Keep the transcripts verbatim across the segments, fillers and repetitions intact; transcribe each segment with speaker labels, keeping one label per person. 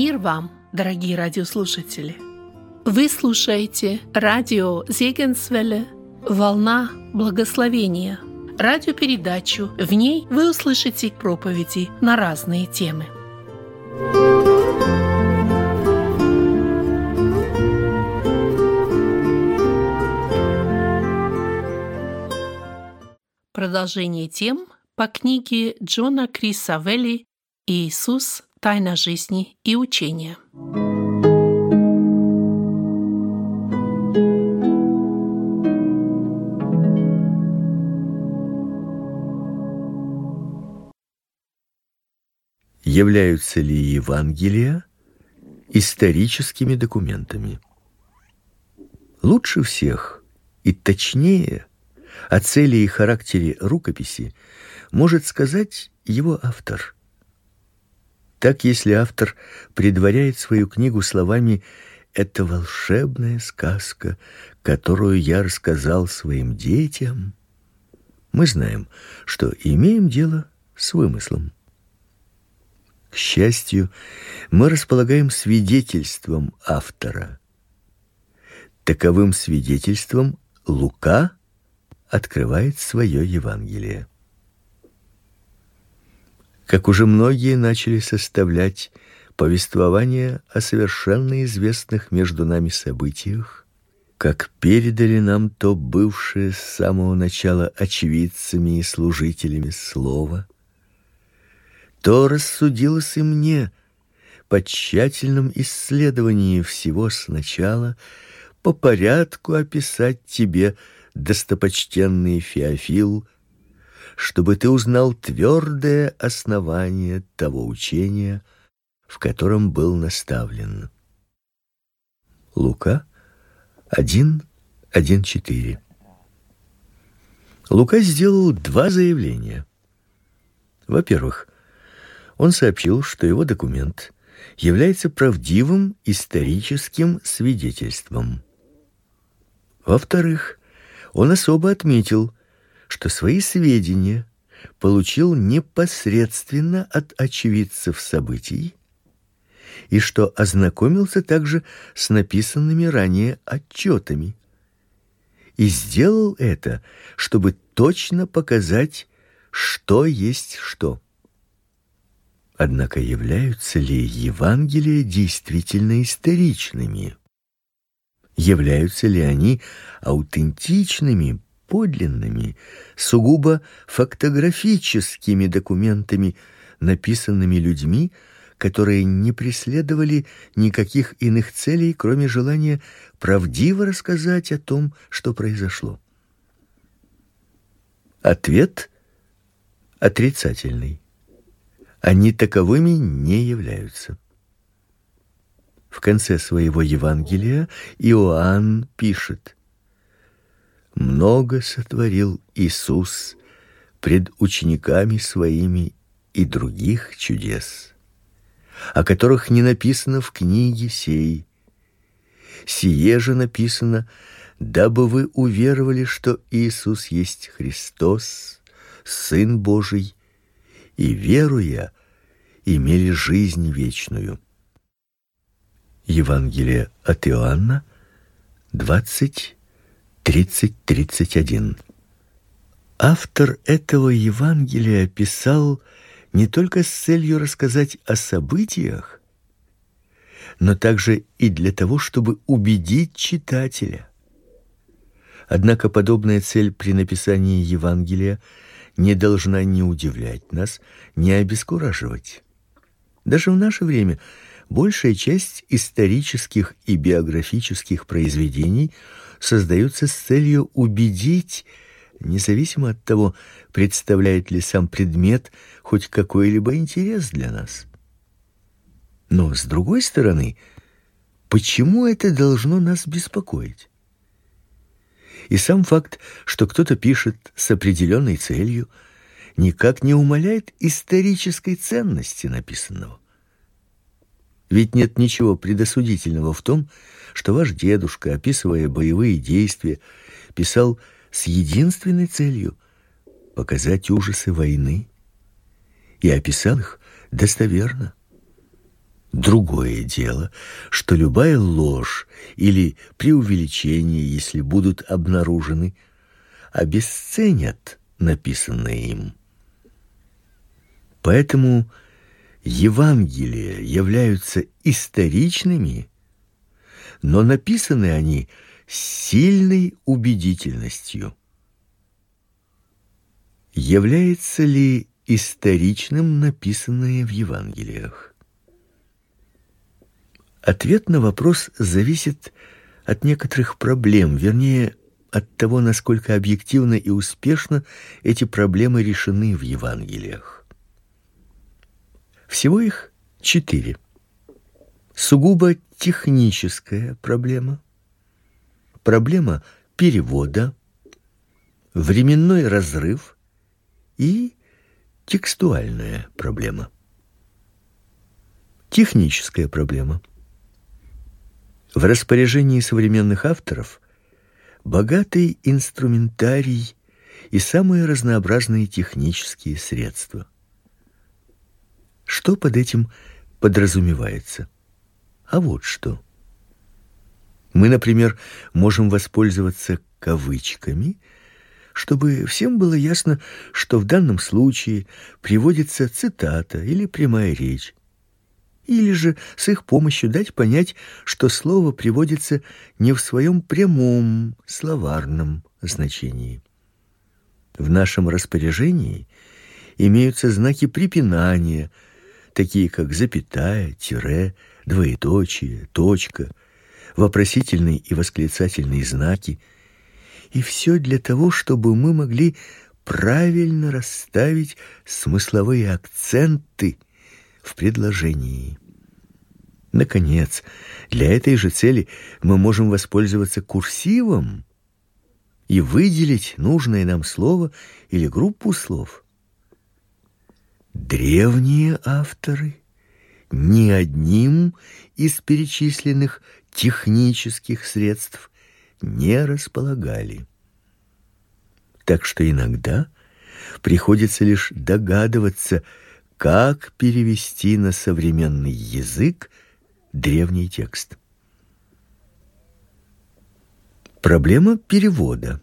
Speaker 1: Мир вам, дорогие радиослушатели! Вы слушаете радио Зегенсвелле «Волна благословения», радиопередачу. В ней вы услышите проповеди на разные темы. Продолжение тем по книге Джона Криса Велли «Иисус. Тайна жизни и учения».
Speaker 2: Являются ли Евангелия историческими документами? Лучше всех и точнее о цели и характере рукописи может сказать его автор. Так, если автор предваряет свою книгу словами «Это волшебная сказка, которую я рассказал своим детям», мы знаем, что имеем дело с вымыслом. К счастью, мы располагаем свидетельством автора. Таковым свидетельством Лука открывает свое Евангелие. Как уже многие начали составлять повествование о совершенно известных между нами событиях, как передали нам то бывшие с самого начала очевидцами и служителями слова, то рассудилось и мне по тщательном исследовании всего сначала по порядку описать тебе, достопочтенный Феофил, чтобы ты узнал твердое основание того учения, в котором был наставлен. Лука один, один четыре. Лука сделал два заявления. Во-первых, он сообщил, что его документ является правдивым историческим свидетельством. Во-вторых, он особо отметил, что свои сведения получил непосредственно от очевидцев событий и что ознакомился также с написанными ранее отчетами. И сделал это, чтобы точно показать, что есть что. Однако являются ли Евангелия действительно историчными? Являются ли они аутентичными, подлинными, сугубо фактографическими документами, написанными людьми, которые не преследовали никаких иных целей, кроме желания правдиво рассказать о том, что произошло? Ответ отрицательный. Они таковыми не являются. В конце своего Евангелия Иоанн пишет: «Много сотворил Иисус пред учениками своими и других чудес, о которых не написано в книге сей. Сие же написано, дабы вы уверовали, что Иисус есть Христос, Сын Божий, и, веруя, имели жизнь вечную». Евангелие от Иоанна двадцать, тридцать, тридцать один. Автор этого Евангелия писал не только с целью рассказать о событиях, но также и для того, чтобы убедить читателя. Однако подобная цель при написании Евангелия не должна ни удивлять нас, ни обескураживать. Даже в наше время большая часть исторических и биографических произведений создаются с целью убедить, независимо от того, представляет ли сам предмет хоть какой-либо интерес для нас. Но с другой стороны, почему это должно нас беспокоить? И сам факт, что кто-то пишет с определенной целью, никак не умаляет исторической ценности написанного. Ведь нет ничего предосудительного в том, что ваш дедушка, описывая боевые действия, писал с единственной целью — показать ужасы войны, и описал их достоверно. Другое дело, что любая ложь или преувеличение, если будут обнаружены, обесценят написанное им. Поэтому Евангелия являются историчными, но написаны они с сильной убедительностью. Является ли историчным написанное в Евангелиях? Ответ на вопрос зависит от некоторых проблем, вернее, от того, насколько объективно и успешно эти проблемы решены в Евангелиях. Всего их четыре. Сугубо техническая проблема, проблема перевода, временной разрыв и текстуальная проблема. Техническая проблема. В распоряжении современных авторов богатый инструментарий и самые разнообразные технические средства. Что под этим подразумевается? А вот что. Мы, например, можем воспользоваться кавычками, чтобы всем было ясно, что в данном случае приводится цитата или прямая речь. Или же с их помощью дать понять, что слово приводится не в своем прямом словарном значении. В нашем распоряжении имеются знаки препинания, такие как запятая, тире, двоеточие, точка, вопросительные и восклицательные знаки, и все для того, чтобы мы могли правильно расставить смысловые акценты в предложении. Наконец, для этой же цели мы можем воспользоваться курсивом и выделить нужное нам слово или группу слов. Древние авторы ни одним из перечисленных технических средств не располагали. Так что иногда приходится лишь догадываться, как перевести на современный язык древний текст. Проблема перевода.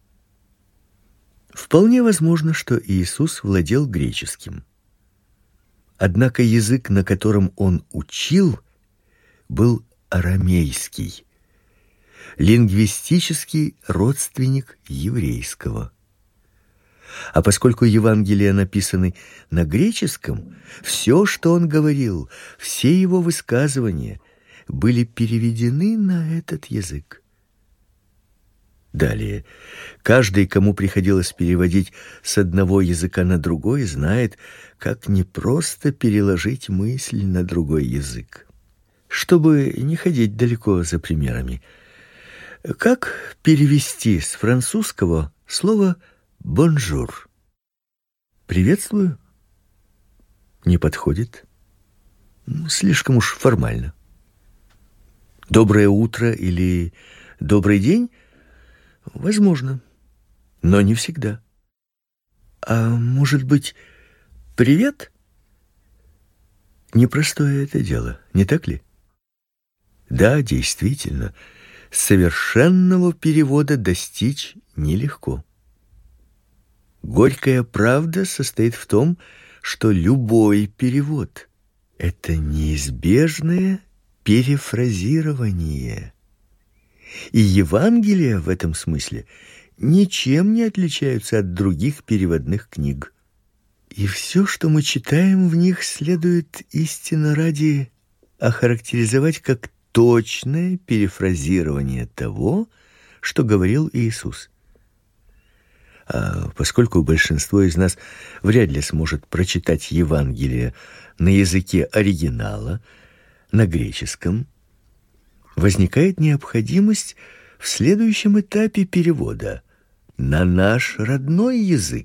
Speaker 2: Вполне возможно, что Иисус владел греческим. Однако язык, на котором он учил, был арамейский, лингвистический родственник еврейского. А поскольку Евангелия написаны на греческом, все, что он говорил, все его высказывания были переведены на этот язык. Далее, каждый, кому приходилось переводить с одного языка на другой, знает, как непросто переложить мысль на другой язык. Чтобы не ходить далеко за примерами, как перевести с французского слово «бонжур»? «Приветствую» не подходит. Слишком уж формально. «Доброе утро» или «добрый день» возможно, но не всегда. А может быть, «привет»? Непростое это дело, не так ли? Да, действительно, совершенного перевода достичь нелегко. Горькая правда состоит в том, что любой перевод — это неизбежное перефразирование. И Евангелия в этом смысле ничем не отличаются от других переводных книг. И все, что мы читаем в них, следует истинно ради охарактеризовать как точное перефразирование того, что говорил Иисус. А поскольку большинство из нас вряд ли сможет прочитать Евангелие на языке оригинала, на греческом, возникает необходимость в следующем этапе перевода на наш родной язык.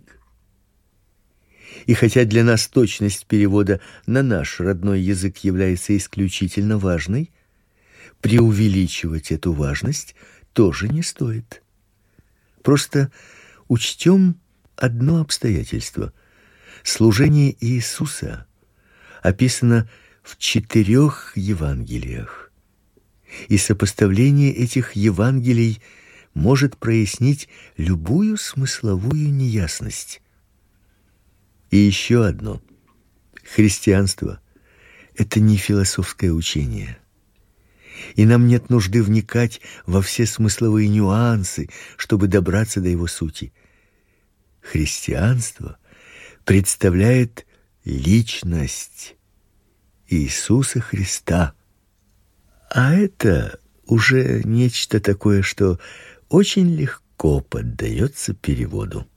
Speaker 2: И хотя для нас точность перевода на наш родной язык является исключительно важной, преувеличивать эту важность тоже не стоит. Просто учтем одно обстоятельство. Служение Иисуса описано в четырех Евангелиях. И сопоставление этих Евангелий может прояснить любую смысловую неясность. И еще одно. Христианство — это не философское учение. И нам нет нужды вникать во все смысловые нюансы, чтобы добраться до его сути. Христианство представляет личность Иисуса Христа. А это уже нечто такое, что очень легко поддается переводу.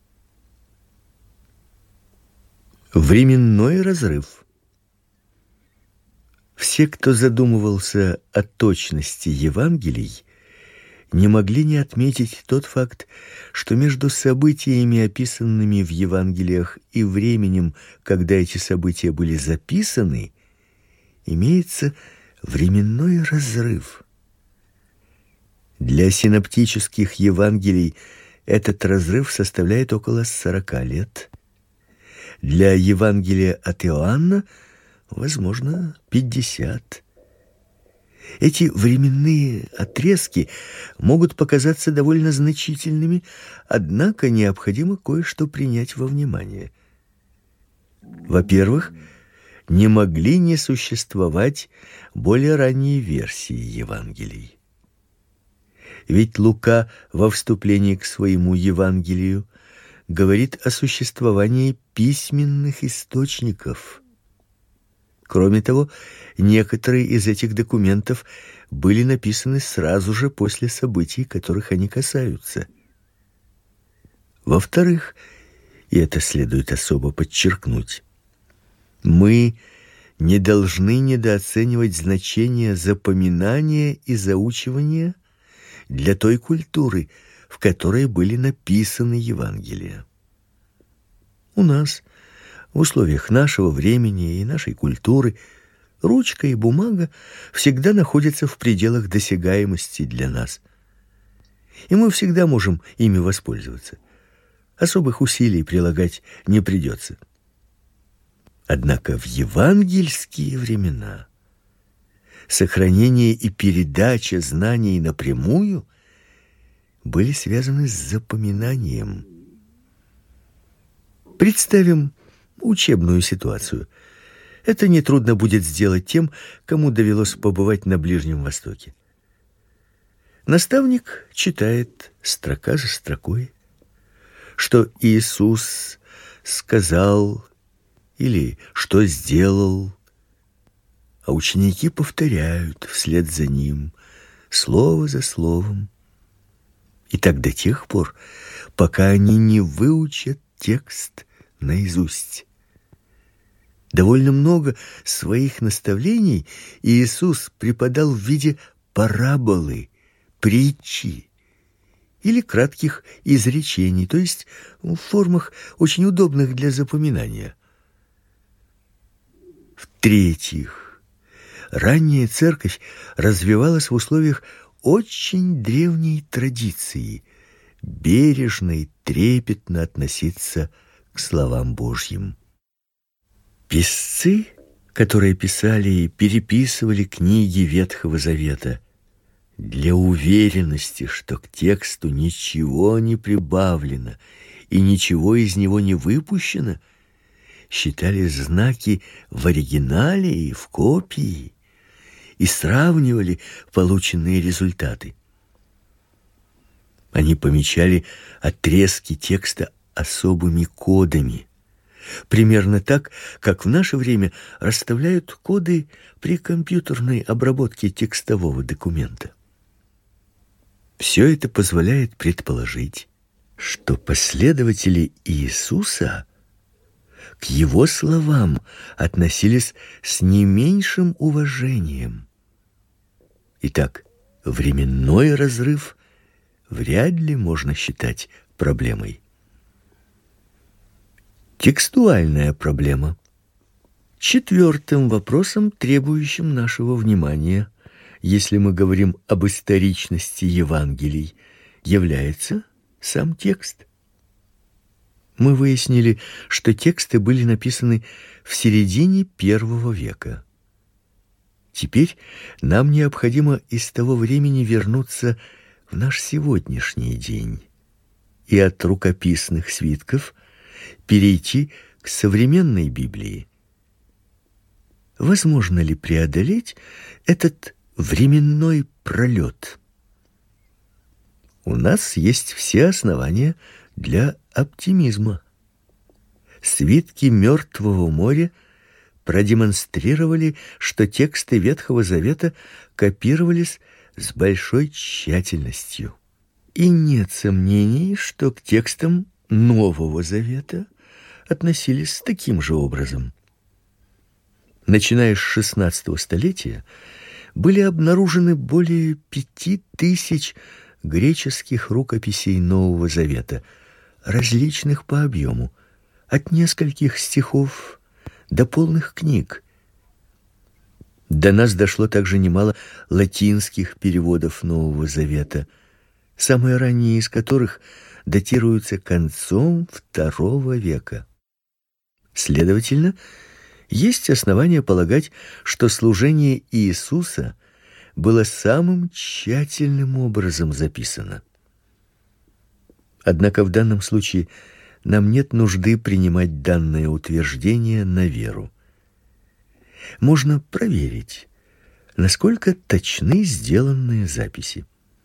Speaker 2: Временной разрыв. Все, кто задумывался о точности Евангелий, не могли не отметить тот факт, что между событиями, описанными в Евангелиях, и временем, когда эти события были записаны, имеется временной разрыв. Для синоптических Евангелий этот разрыв составляет около сорока лет. Для Евангелия от Иоанна, возможно, пятьдесят. Эти временные отрезки могут показаться довольно значительными, однако необходимо кое-что принять во внимание. Во-первых, не могли не существовать более ранние версии Евангелий. Ведь Лука во вступлении к своему Евангелию говорит о существовании письменных источников. Кроме того, некоторые из этих документов были написаны сразу же после событий, которых они касаются. Во-вторых, и это следует особо подчеркнуть, мы не должны недооценивать значение запоминания и заучивания для той культуры, в которой были написаны Евангелия. У нас, в условиях нашего времени и нашей культуры, ручка и бумага всегда находятся в пределах досягаемости для нас. И мы всегда можем ими воспользоваться. Особых усилий прилагать не придется. Однако в евангельские времена сохранение и передача знаний напрямую были связаны с запоминанием. Представим учебную ситуацию. Это нетрудно будет сделать тем, кому довелось побывать на Ближнем Востоке. Наставник читает строка за строкой, что Иисус сказал или что сделал, а ученики повторяют вслед за ним, слово за словом. И так до тех пор, пока они не выучат текст наизусть. Довольно много своих наставлений Иисус преподал в виде параболы, притчи или кратких изречений, то есть в формах очень удобных для запоминания. В-третьих, ранняя церковь развивалась в условиях очень древней традиции бережно и трепетно относиться к словам Божьим. Писцы, которые писали и переписывали книги Ветхого Завета, для уверенности, что к тексту ничего не прибавлено и ничего из него не выпущено, считали знаки в оригинале и в копии и сравнивали полученные результаты. Они помечали отрезки текста особыми кодами, примерно так, как в наше время расставляют коды при компьютерной обработке текстового документа. Все это позволяет предположить, что последователи Иисуса к его словам относились с не меньшим уважением. Итак, временной разрыв вряд ли можно считать проблемой. Текстуальная проблема. Четвертым вопросом, требующим нашего внимания, если мы говорим об историчности Евангелий, является сам текст. Мы выяснили, что тексты были написаны в середине первого века. Теперь нам необходимо из того времени вернуться в наш сегодняшний день и от рукописных свитков перейти к современной Библии. Возможно ли преодолеть этот временной пролет? У нас есть все основания для оптимизма. Свитки Мертвого моря продемонстрировали, что тексты Ветхого Завета копировались с большой тщательностью. И нет сомнений, что к текстам Нового Завета относились таким же образом. Начиная с шестнадцатого столетия были обнаружены более пяти тысяч греческих рукописей Нового Завета, различных по объему, от нескольких стихов до полных книг. До нас дошло также немало латинских переводов Нового Завета, самые ранние из которых датируются концом второго века. Следовательно, есть основания полагать, что служение Иисуса было самым тщательным образом записано. Однако в данном случае нам нет нужды принимать данное утверждение на веру. Можно проверить, насколько точны сделанные записи.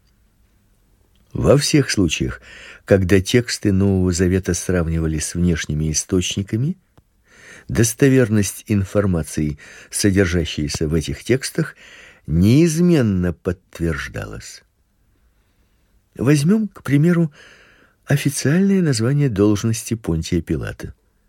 Speaker 2: Во всех случаях, когда тексты Нового Завета сравнивали с внешними источниками, достоверность информации, содержащейся в этих текстах, неизменно подтверждалась. Возьмем, к примеру, официальное название должности Понтия Пилата.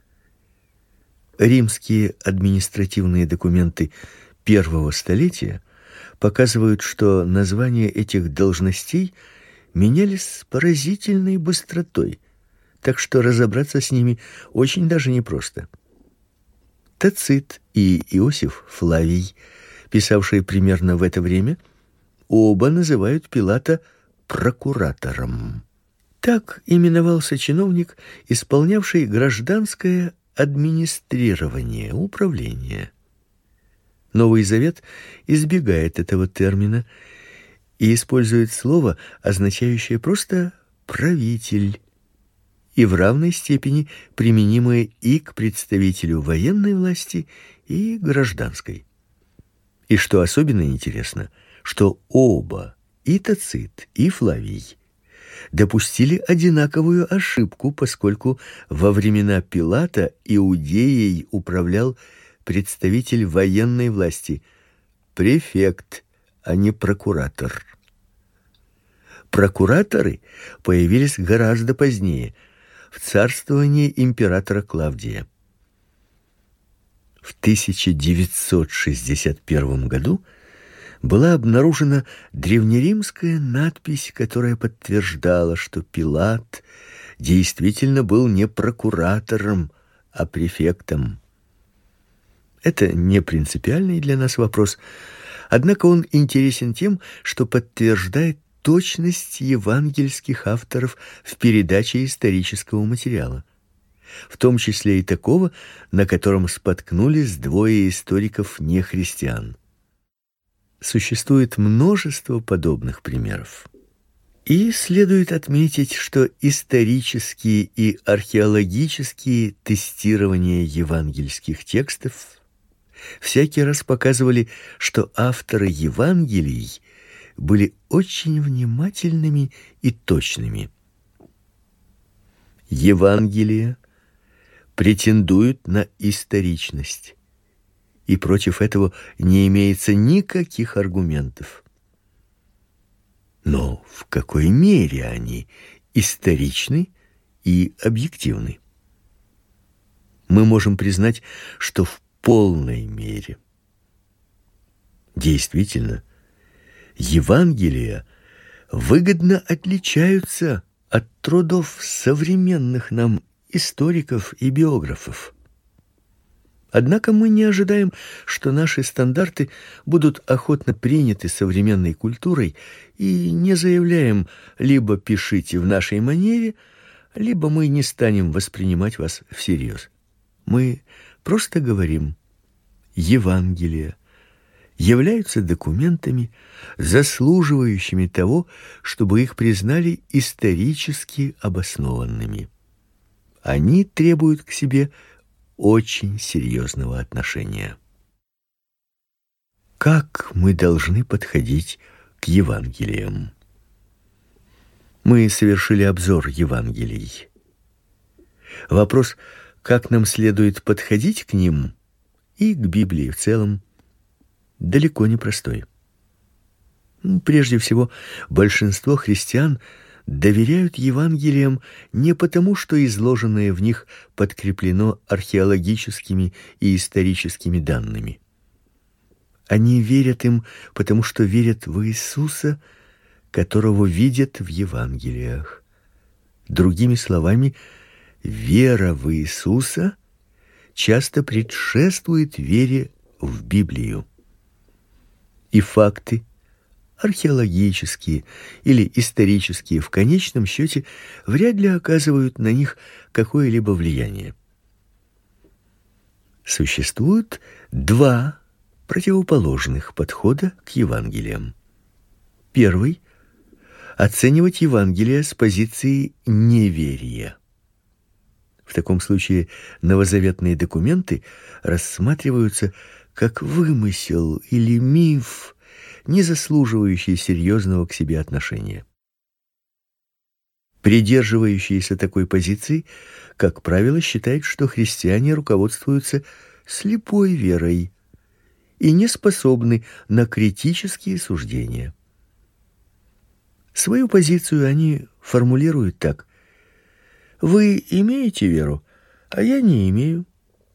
Speaker 2: Римские административные документы первого столетия показывают, что названия этих должностей менялись с поразительной быстротой, так что разобраться с ними очень даже непросто. Тацит и Иосиф Флавий, писавшие примерно в это время, оба называют Пилата прокуратором. Так именовался чиновник, исполнявший гражданское администрирование, управление. Новый Завет избегает этого термина и использует слово, означающее просто правитель, и в равной степени применимое и к представителю военной власти, и гражданской. И что особенно интересно, что оба, и Тацит, и Флавий, допустили одинаковую ошибку, поскольку во времена Пилата Иудеей управлял представитель военной власти, префект, а не прокуратор. Прокураторы появились гораздо позднее, в царствовании императора Клавдия. В тысяча девятьсот шестьдесят первом году была обнаружена древнеримская надпись, которая подтверждала, что Пилат действительно был не прокуратором, а префектом. Это не принципиальный для нас вопрос, однако он интересен тем, что подтверждает точность евангельских авторов в передаче исторического материала, в том числе и такого, на котором споткнулись двое историков нехристиан. Существует множество подобных примеров. И следует отметить, что исторические и археологические тестирования евангельских текстов всякий раз показывали, что авторы Евангелий были очень внимательными и точными. Евангелия претендуют на историчность, и против этого не имеется никаких аргументов. Но в какой мере они историчны и объективны? Мы можем признать, что в полной мере. Действительно, Евангелия выгодно отличаются от трудов современных нам историков и биографов. Однако мы не ожидаем, что наши стандарты будут охотно приняты современной культурой, и не заявляем: либо пишите в нашей манере, либо мы не станем воспринимать вас всерьез. Мы просто говорим: Евангелие являются документами, заслуживающими того, чтобы их признали исторически обоснованными. Они требуют к себе очень серьезного отношения. Как мы должны подходить к Евангелиям? Мы совершили обзор Евангелий. Вопрос, как нам следует подходить к ним и к Библии в целом, далеко не простой. Прежде всего, большинство христиан доверяют Евангелиям не потому, что изложенное в них подкреплено археологическими и историческими данными. Они верят им, потому что верят в Иисуса, которого видят в Евангелиях. Другими словами, вера в Иисуса часто предшествует вере в Библию. И факты, археологические или исторические, в конечном счете вряд ли оказывают на них какое-либо влияние. Существует два противоположных подхода к Евангелиям. Первый — оценивать Евангелие с позиции неверия. В таком случае новозаветные документы рассматриваются как вымысел или миф, не заслуживающий серьезного к себе отношения. Придерживающиеся такой позиции, как правило, считают, что христиане руководствуются слепой верой и не способны на критические суждения. Свою позицию они формулируют так: «Вы имеете веру, а я не имею».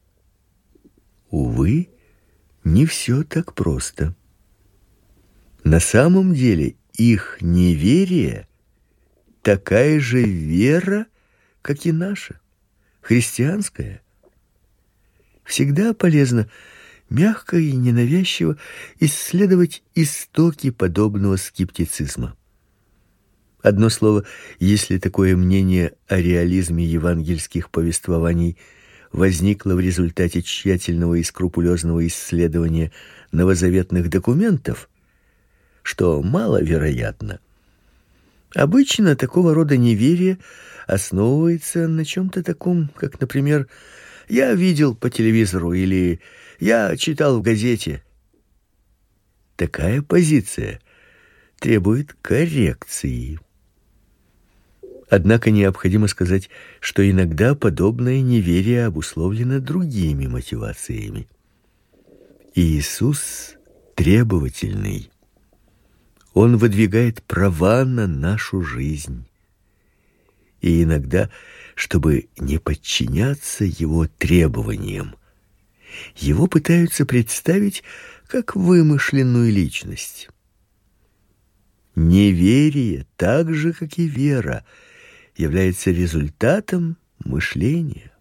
Speaker 2: Увы, не все так просто. На самом деле их неверие такая же вера, как и наша, христианская. Всегда полезно мягко и ненавязчиво исследовать истоки подобного скептицизма. Одно слово, если такое мнение о реализме евангельских повествований возникло в результате тщательного и скрупулезного исследования новозаветных документов, что маловероятно. Обычно такого рода неверие основывается на чем-то таком, как, например, «я видел по телевизору» или «я читал в газете». Такая позиция требует коррекции. Однако необходимо сказать, что иногда подобное неверие обусловлено другими мотивациями. Иисус требовательный. Он выдвигает права на нашу жизнь. И иногда, чтобы не подчиняться его требованиям, его пытаются представить как вымышленную личность. Неверие, так же как и вера, является результатом мышления.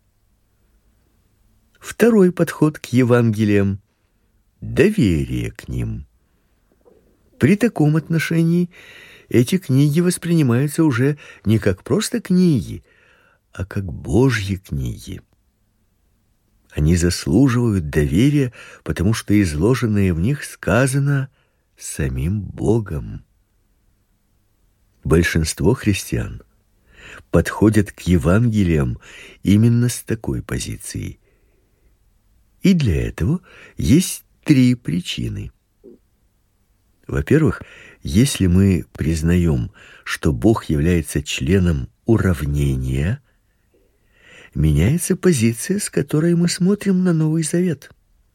Speaker 2: Второй подход к Евангелиям — доверие к ним. При таком отношении эти книги воспринимаются уже не как просто книги, а как Божьи книги. Они заслуживают доверия, потому что изложенное в них сказано самим Богом. Большинство христиан подходят к Евангелиям именно с такой позиции. И для этого есть три причины. Во-первых, если мы признаем, что Бог является членом уравнения, меняется позиция, с которой мы смотрим на Новый Завет.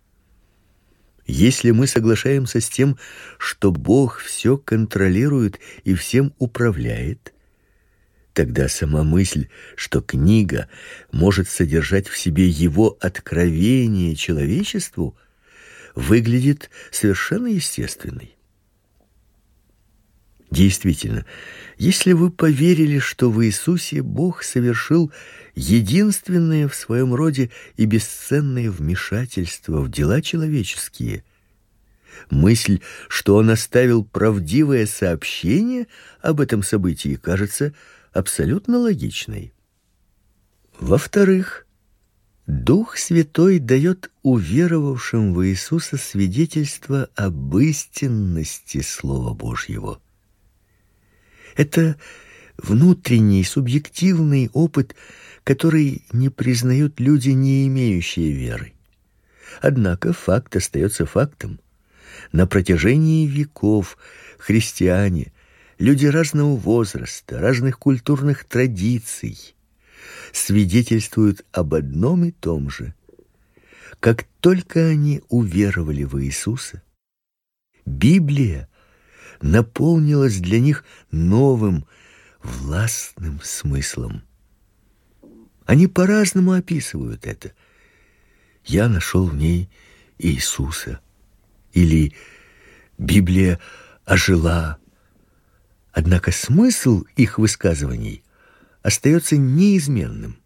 Speaker 2: Если мы соглашаемся с тем, что Бог все контролирует и всем управляет, тогда сама мысль, что книга может содержать в себе его откровение человечеству, выглядит совершенно естественной. Действительно, если вы поверили, что в Иисусе Бог совершил единственное в своем роде и бесценное вмешательство в дела человеческие, мысль, что Он оставил правдивое сообщение об этом событии, кажется абсолютно логичной. Во-вторых, Дух Святой дает уверовавшим в Иисуса свидетельство об истинности Слова Божьего. Это внутренний, субъективный опыт, который не признают люди, не имеющие веры. Однако факт остается фактом. На протяжении веков христиане, люди разного возраста, разных культурных традиций, свидетельствуют об одном и том же. Как только они уверовали в Иисуса, Библия наполнилась для них новым, властным смыслом. Они по-разному описывают это. «Я нашел в ней Иисуса», или «Библия ожила». Однако смысл их высказываний остается неизменным.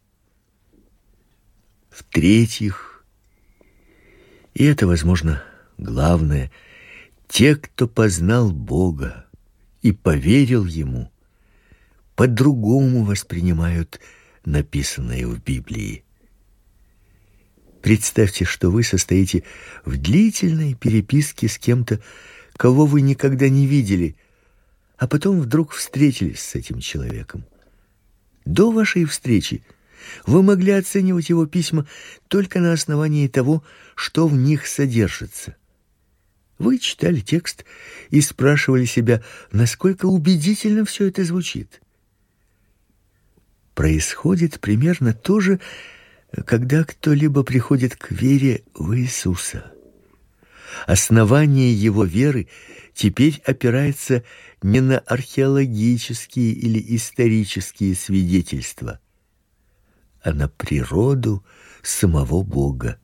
Speaker 2: В-третьих, и это, возможно, главное, те, кто познал Бога и поверил Ему, по-другому воспринимают написанное в Библии. Представьте, что вы состоите в длительной переписке с кем-то, кого вы никогда не видели, а потом вдруг встретились с этим человеком. До вашей встречи вы могли оценивать его письма только на основании того, что в них содержится. Вы читали текст и спрашивали себя, насколько убедительно все это звучит. Происходит примерно то же, когда кто-либо приходит к вере в Иисуса. Основание его веры теперь опирается не на археологические или исторические свидетельства, а на природу самого Бога.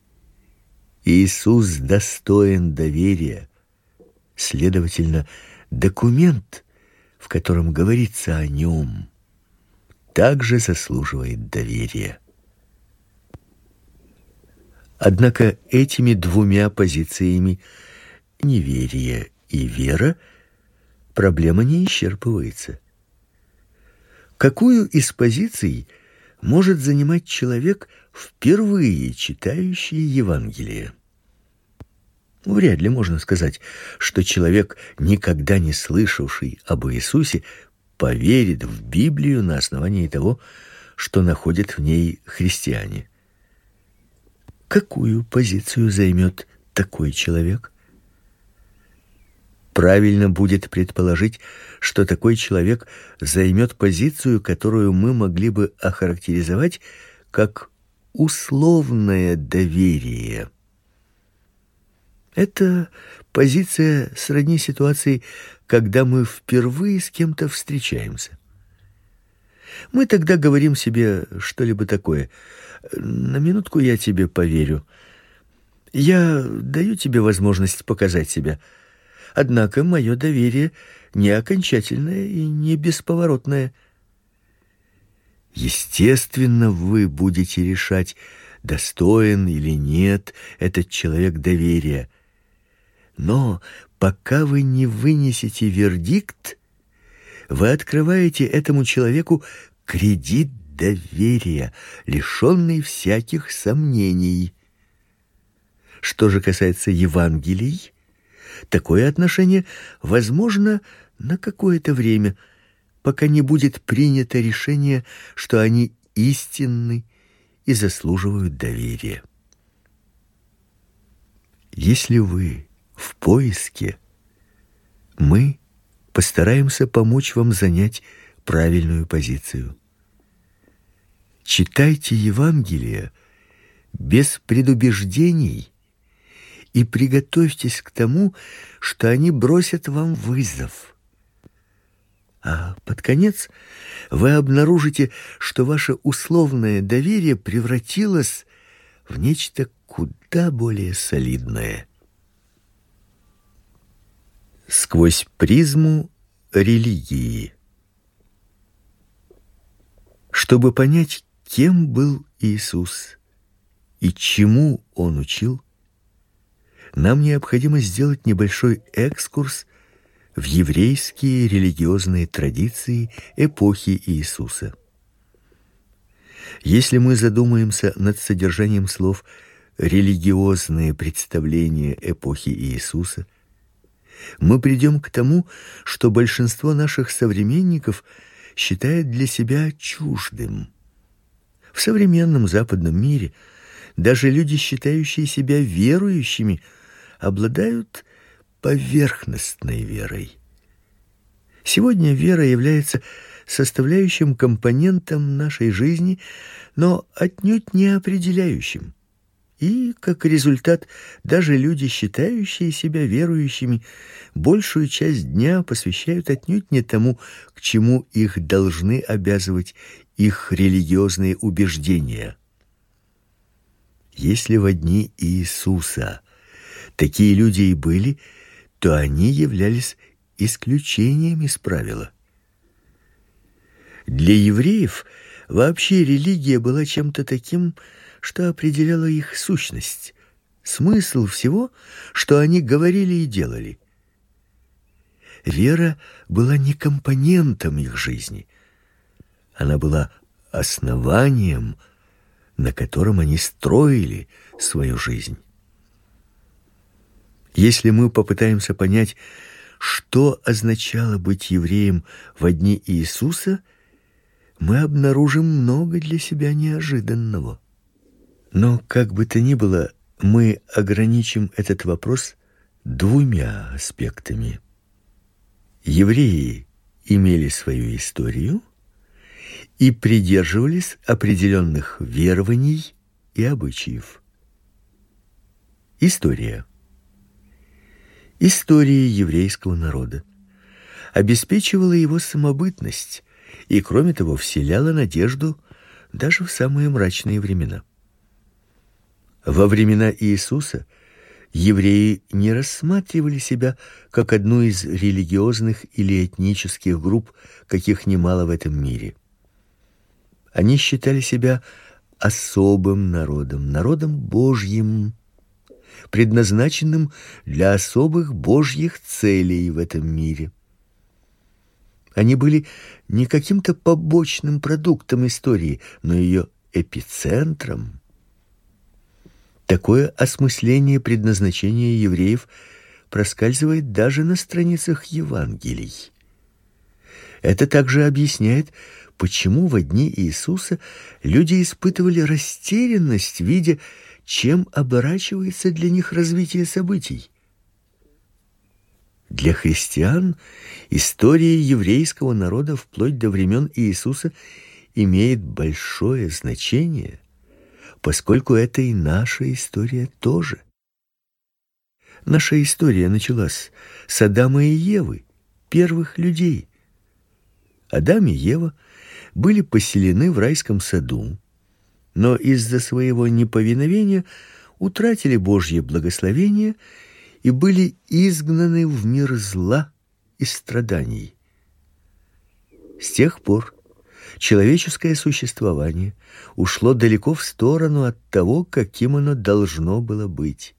Speaker 2: Иисус достоин доверия. Следовательно, документ, в котором говорится о нем, также заслуживает доверия. Однако этими двумя позициями, неверие и вера, проблема не исчерпывается. Какую из позиций может занимать человек, впервые читающий Евангелие? Вряд ли можно сказать, что человек, никогда не слышавший об Иисусе, поверит в Библию на основании того, что находят в ней христиане. Какую позицию займет такой человек? Правильно будет предположить, что такой человек займет позицию, которую мы могли бы охарактеризовать как условное доверие. Это позиция сродни ситуации, когда мы впервые с кем-то встречаемся. Мы тогда говорим себе что-либо такое: «На минутку я тебе поверю. Я даю тебе возможность показать себя. Однако мое доверие не окончательное и не бесповоротное». Естественно, вы будете решать, достоин или нет этот человек доверия. Но пока вы не вынесете вердикт, вы открываете этому человеку кредит доверия, лишенный всяких сомнений. Что же касается Евангелий, такое отношение возможно на какое-то время, пока не будет принято решение, что они истинны и заслуживают доверия. Если вы в поиске, мы постараемся помочь вам занять правильную позицию. Читайте Евангелие без предубеждений и приготовьтесь к тому, что они бросят вам вызов. А под конец вы обнаружите, что ваше условное доверие превратилось в нечто куда более солидное. Сквозь призму религии. Чтобы понять, кем был Иисус и чему Он учил, нам необходимо сделать небольшой экскурс в еврейские религиозные традиции эпохи Иисуса. Если мы задумаемся над содержанием слов «религиозные представления эпохи Иисуса», мы придем к тому, что большинство наших современников считает для себя чуждым. В современном западном мире даже люди, считающие себя верующими, обладают поверхностной верой. Сегодня вера является составляющим компонентом нашей жизни, но отнюдь не определяющим. И, как результат, даже люди, считающие себя верующими, большую часть дня посвящают отнюдь не тому, к чему их должны обязывать их религиозные убеждения. Если во дни Иисуса такие люди и были, то они являлись исключением из правила. Для евреев вообще религия была чем-то таким, что определяло их сущность, смысл всего, что они говорили и делали. Вера была не компонентом их жизни. Она была основанием, на котором они строили свою жизнь. Если мы попытаемся понять, что означало быть евреем во дни Иисуса, мы обнаружим много для себя неожиданного. Но как бы то ни было, мы ограничим этот вопрос двумя аспектами. Евреи имели свою историю и придерживались определенных верований и обычаев. История. История еврейского народа обеспечивала его самобытность и, кроме того, вселяла надежду даже в самые мрачные времена. Во времена Иисуса евреи не рассматривали себя как одну из религиозных или этнических групп, каких немало в этом мире. Они считали себя особым народом, народом Божьим, предназначенным для особых божьих целей в этом мире. Они были не каким-то побочным продуктом истории, но ее эпицентром. Такое осмысление предназначения евреев проскальзывает даже на страницах Евангелий. Это также объясняет, почему во дни Иисуса люди испытывали растерянность, видя, чем оборачивается для них развитие событий. Для христиан история еврейского народа вплоть до времен Иисуса имеет большое значение, поскольку это и наша история тоже. Наша история началась с Адама и Евы, первых людей. Адам и Ева были поселены в райском саду, но из-за своего неповиновения утратили Божье благословение и были изгнаны в мир зла и страданий. С тех пор человеческое существование ушло далеко в сторону от того, каким оно должно было быть.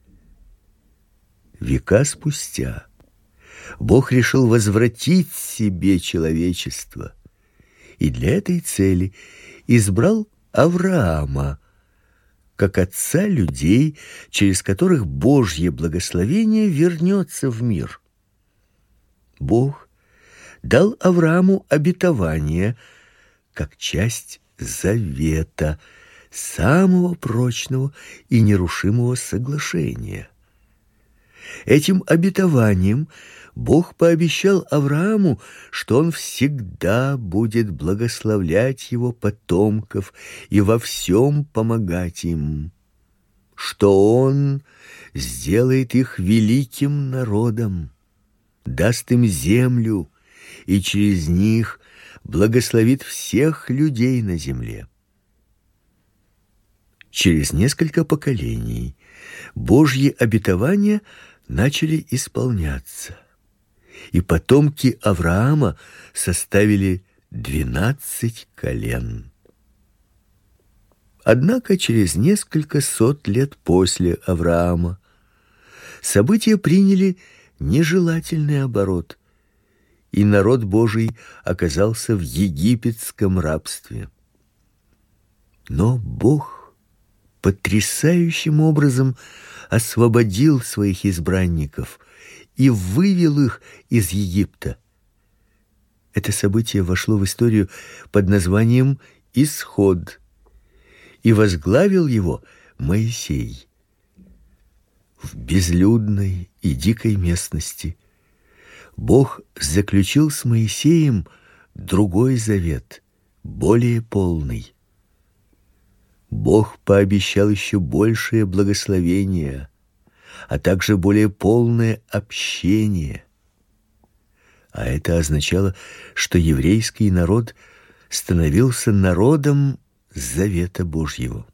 Speaker 2: Века спустя Бог решил возвратить себе человечество, и для этой цели избрал Авраама как отца людей, через которых Божье благословение вернется в мир. Бог дал Аврааму обетование как часть завета, самого прочного и нерушимого соглашения. Этим обетованием Бог пообещал Аврааму, что он всегда будет благословлять его потомков и во всем помогать им, что он сделает их великим народом, даст им землю и через них благословит всех людей на земле. Через несколько поколений Божьи обетования начали исполняться, и потомки Авраама составили двенадцать колен. Однако через несколько сот лет после Авраама события приняли нежелательный оборот, и народ Божий оказался в египетском рабстве. Но Бог потрясающим образом освободил своих избранников и вывел их из Египта. Это событие вошло в историю под названием «Исход», и возглавил его Моисей. В безлюдной и дикой местности Бог заключил с Моисеем другой завет, более полный. Бог пообещал еще большее благословение, а также более полное общение. А это означало, что еврейский народ становился народом завета Божьего.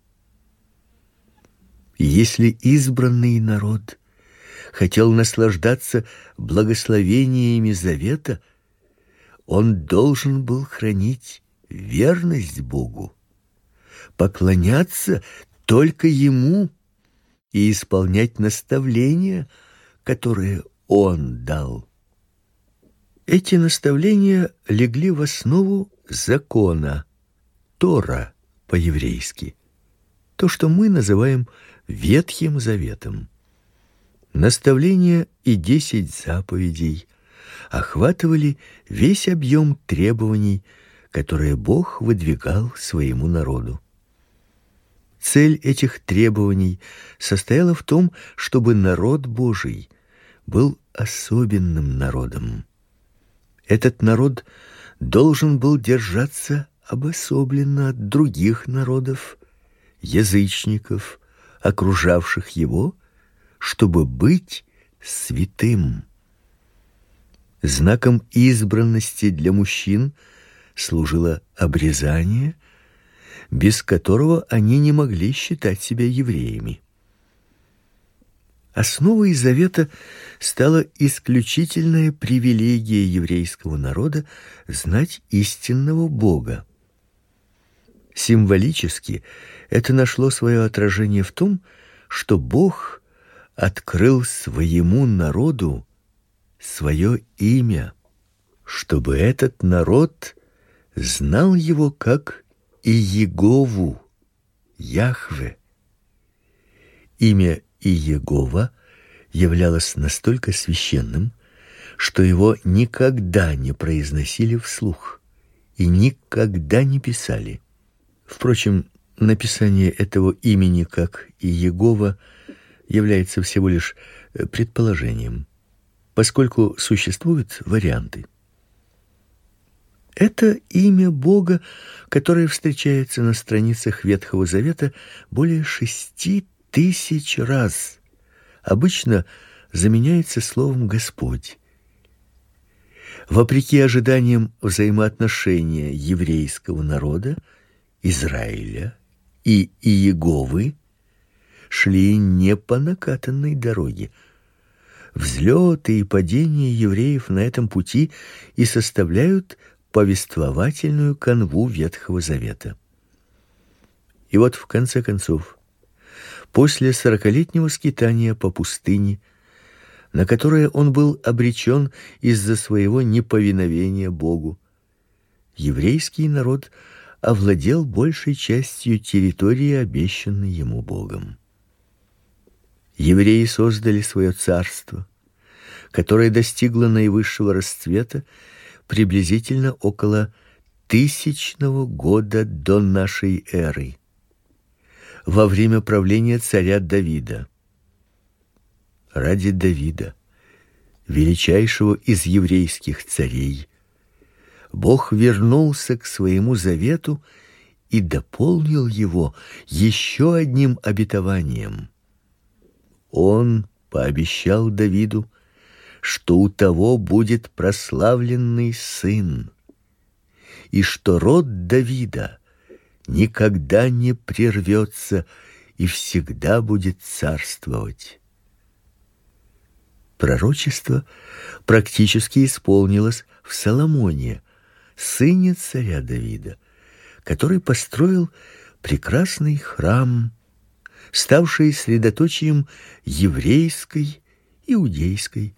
Speaker 2: И если избранный народ хотел наслаждаться благословениями завета, он должен был хранить верность Богу, поклоняться только Ему и исполнять наставления, которые Он дал. Эти наставления легли в основу закона, Тора по-еврейски, то, что мы называем Ветхим Заветом. Наставления и десять заповедей охватывали весь объем требований, которые Бог выдвигал своему народу. Цель этих требований состояла в том, чтобы народ Божий был особенным народом. Этот народ должен был держаться обособленно от других народов, язычников, окружавших его, чтобы быть святым. Знаком избранности для мужчин служило обрезание, без которого они не могли считать себя евреями. Основой завета стала исключительная привилегия еврейского народа знать истинного Бога. Символически это нашло свое отражение в том, что Бог открыл своему народу свое имя, чтобы этот народ знал его как Иегову, Яхве. Имя Иегова являлось настолько священным, что его никогда не произносили вслух и никогда не писали. Впрочем, написание этого имени как Иегова является всего лишь предположением, поскольку существуют варианты. Это имя Бога, которое встречается на страницах Ветхого Завета более шести тысяч раз, обычно заменяется словом «Господь». Вопреки ожиданиям взаимоотношения еврейского народа, Израиля и Иеговы шли не по накатанной дороге. Взлеты и падения евреев на этом пути и составляют повествовательную канву Ветхого Завета. И вот в конце концов, после сорокалетнего скитания по пустыне, на которое он был обречен из-за своего неповиновения Богу, еврейский народ овладел большей частью территории, обещанной ему Богом. Евреи создали свое царство, которое достигло наивысшего расцвета приблизительно около тысячного года до нашей эры, во время правления царя Давида. Ради Давида, величайшего из еврейских царей, Бог вернулся к своему завету и дополнил его еще одним обетованием. Он пообещал Давиду, что у того будет прославленный сын, и что род Давида никогда не прервется и всегда будет царствовать. Пророчество практически исполнилось в Соломоне, сыне царя Давида, который построил прекрасный храм, ставший средоточием еврейской, иудейской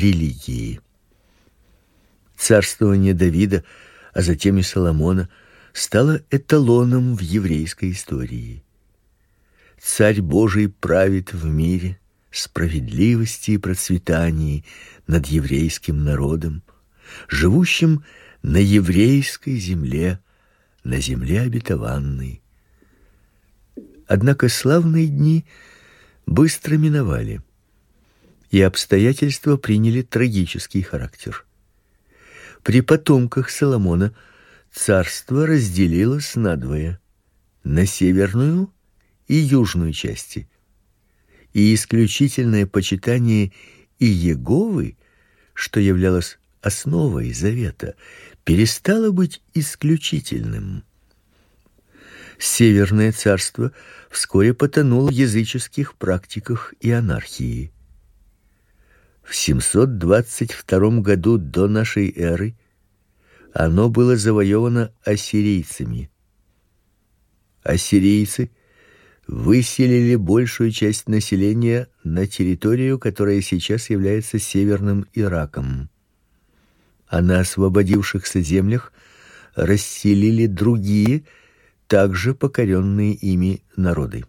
Speaker 2: религии. Царствование Давида, а затем и Соломона, стало эталоном в еврейской истории. Царь Божий правит в мире справедливости и процветании над еврейским народом, живущим на еврейской земле, на земле обетованной. Однако славные дни быстро миновали, и обстоятельства приняли трагический характер. При потомках Соломона царство разделилось надвое: на северную и южную части. И исключительное почитание Иеговы, что являлось основой завета, перестало быть исключительным. Северное царство вскоре потонуло в языческих практиках и анархии. В семьсот двадцать втором году до нашей эры оно было завоевано ассирийцами. Ассирийцы выселили большую часть населения на территорию, которая сейчас является северным Ираком. А на освободившихся землях расселили другие, также покоренные ими народы.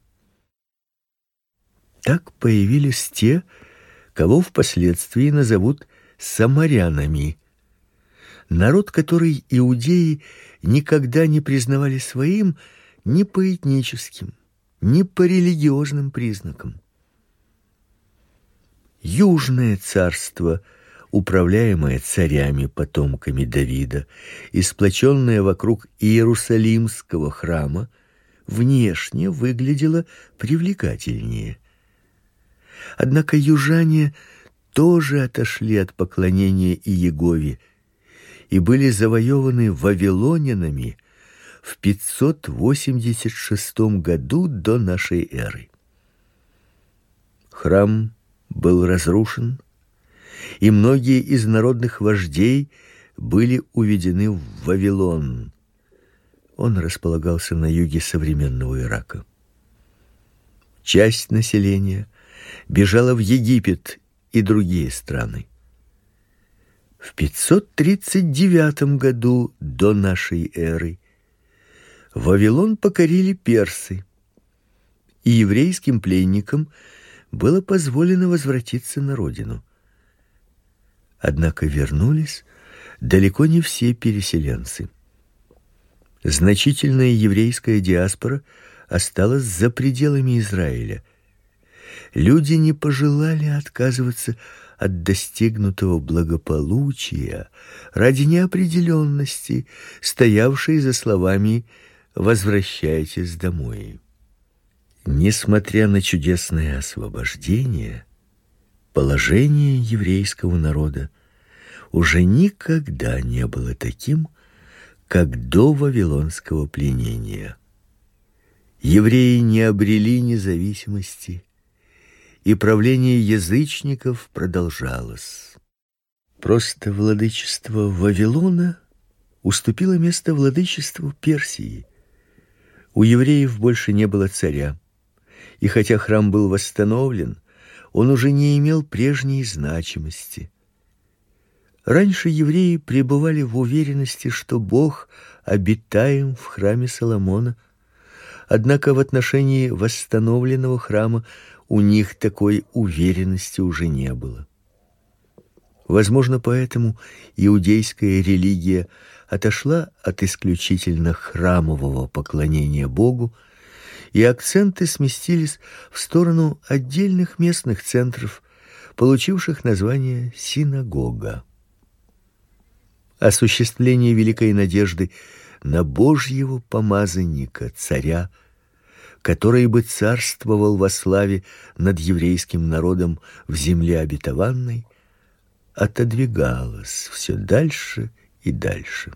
Speaker 2: Так появились те, кого впоследствии назовут самарянами. Народ, который иудеи никогда не признавали своим ни по этническим, ни по религиозным признакам. Южное царство, управляемое царями, потомками Давида, и сплоченное вокруг Иерусалимского храма, внешне выглядело привлекательнее. Однако южане тоже отошли от поклонения Иегове и были завоеваны вавилонянами в пятьсот восемьдесят шестом году до нашей эры. Храм был разрушен, и многие из народных вождей были уведены в Вавилон. Он располагался на юге современного Ирака. Часть населения бежала в Египет и другие страны. В пятьсот тридцать девятом году до нашей эры Вавилон покорили персы, и еврейским пленникам было позволено возвратиться на родину. Однако вернулись далеко не все переселенцы. Значительная еврейская диаспора осталась за пределами Израиля. Люди не пожелали отказываться от достигнутого благополучия ради неопределенности, стоявшей за словами «возвращайтесь домой». Несмотря на чудесное освобождение, положение еврейского народа уже никогда не было таким, как до вавилонского пленения. Евреи не обрели независимости, и правление язычников продолжалось. Просто владычество Вавилона уступило место владычеству Персии. У евреев больше не было царя, и хотя храм был восстановлен, он уже не имел прежней значимости. Раньше евреи пребывали в уверенности, что Бог обитаем в храме Соломона, однако в отношении восстановленного храма у них такой уверенности уже не было. Возможно, поэтому иудейская религия отошла от исключительно храмового поклонения Богу, и акценты сместились в сторону отдельных местных центров, получивших название синагога. Осуществление великой надежды на Божьего помазанника, царя, который бы царствовал во славе над еврейским народом в земле обетованной, отодвигалось все дальше и дальше.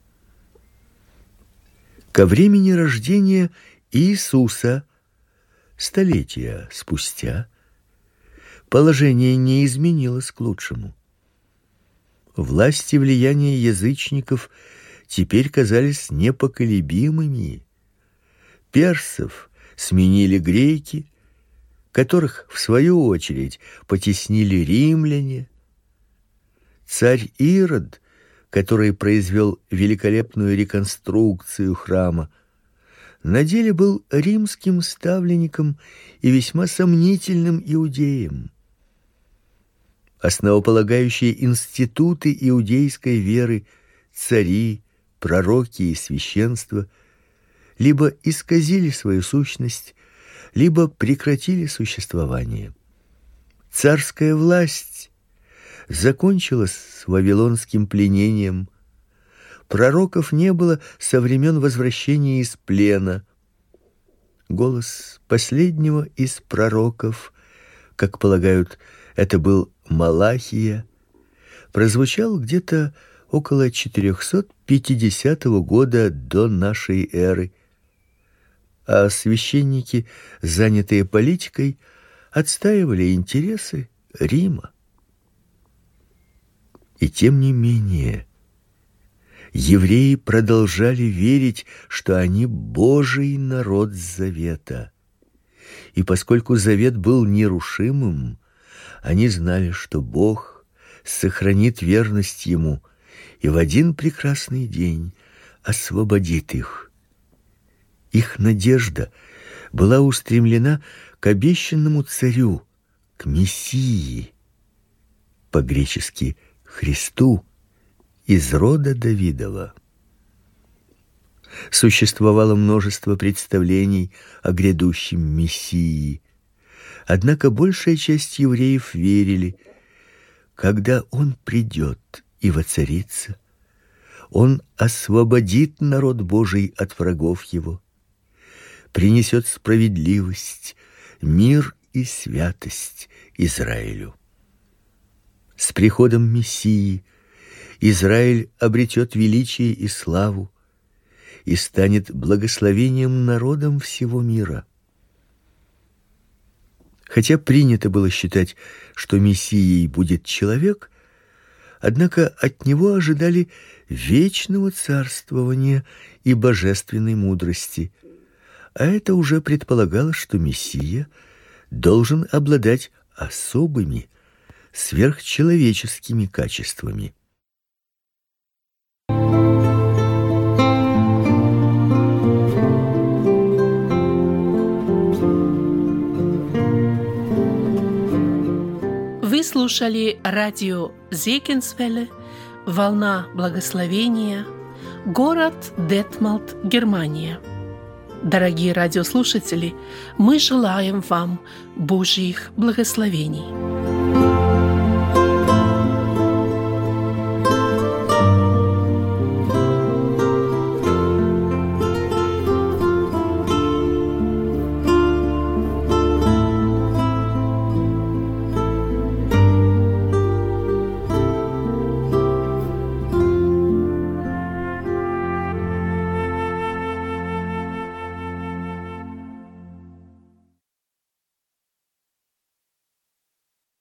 Speaker 2: Ко времени рождения Иисуса, столетия спустя, положение не изменилось к лучшему. Власть и влияние язычников теперь казались непоколебимыми. Персов сменили греки, которых в свою очередь потеснили римляне. Царь Ирод, который произвел великолепную реконструкцию храма, на деле был римским ставленником и весьма сомнительным иудеем. Основополагающие институты иудейской веры, цари, пророки и священство либо исказили свою сущность, либо прекратили существование. Царская власть закончилась с вавилонским пленением. Пророков не было со времен возвращения из плена. Голос последнего из пророков, как полагают, это был Малахия, прозвучал где-то около четырехсот пятидесятого года до нашей эры. А священники, занятые политикой, отстаивали интересы Рима. И тем не менее, евреи продолжали верить, что они Божий народ завета. И поскольку завет был нерушимым, они знали, что Бог сохранит верность ему и в один прекрасный день освободит их. Их надежда была устремлена к обещанному царю, к Мессии, по-гречески Христу, из рода Давидова. Существовало множество представлений о грядущем Мессии. Однако большая часть евреев верили, когда он придет и воцарится, он освободит народ Божий от врагов его, принесет справедливость, мир и святость Израилю. С приходом Мессии Израиль обретет величие и славу и станет благословением народам всего мира. Хотя принято было считать, что Мессией будет человек, однако от него ожидали вечного царствования и божественной мудрости, а это уже предполагало, что Мессия должен обладать особыми, сверхчеловеческими качествами.
Speaker 1: Вы слушали радио Зегенсвелле, «Волна благословения», город Детмалт, Германия. Дорогие радиослушатели, мы желаем вам Божьих благословений.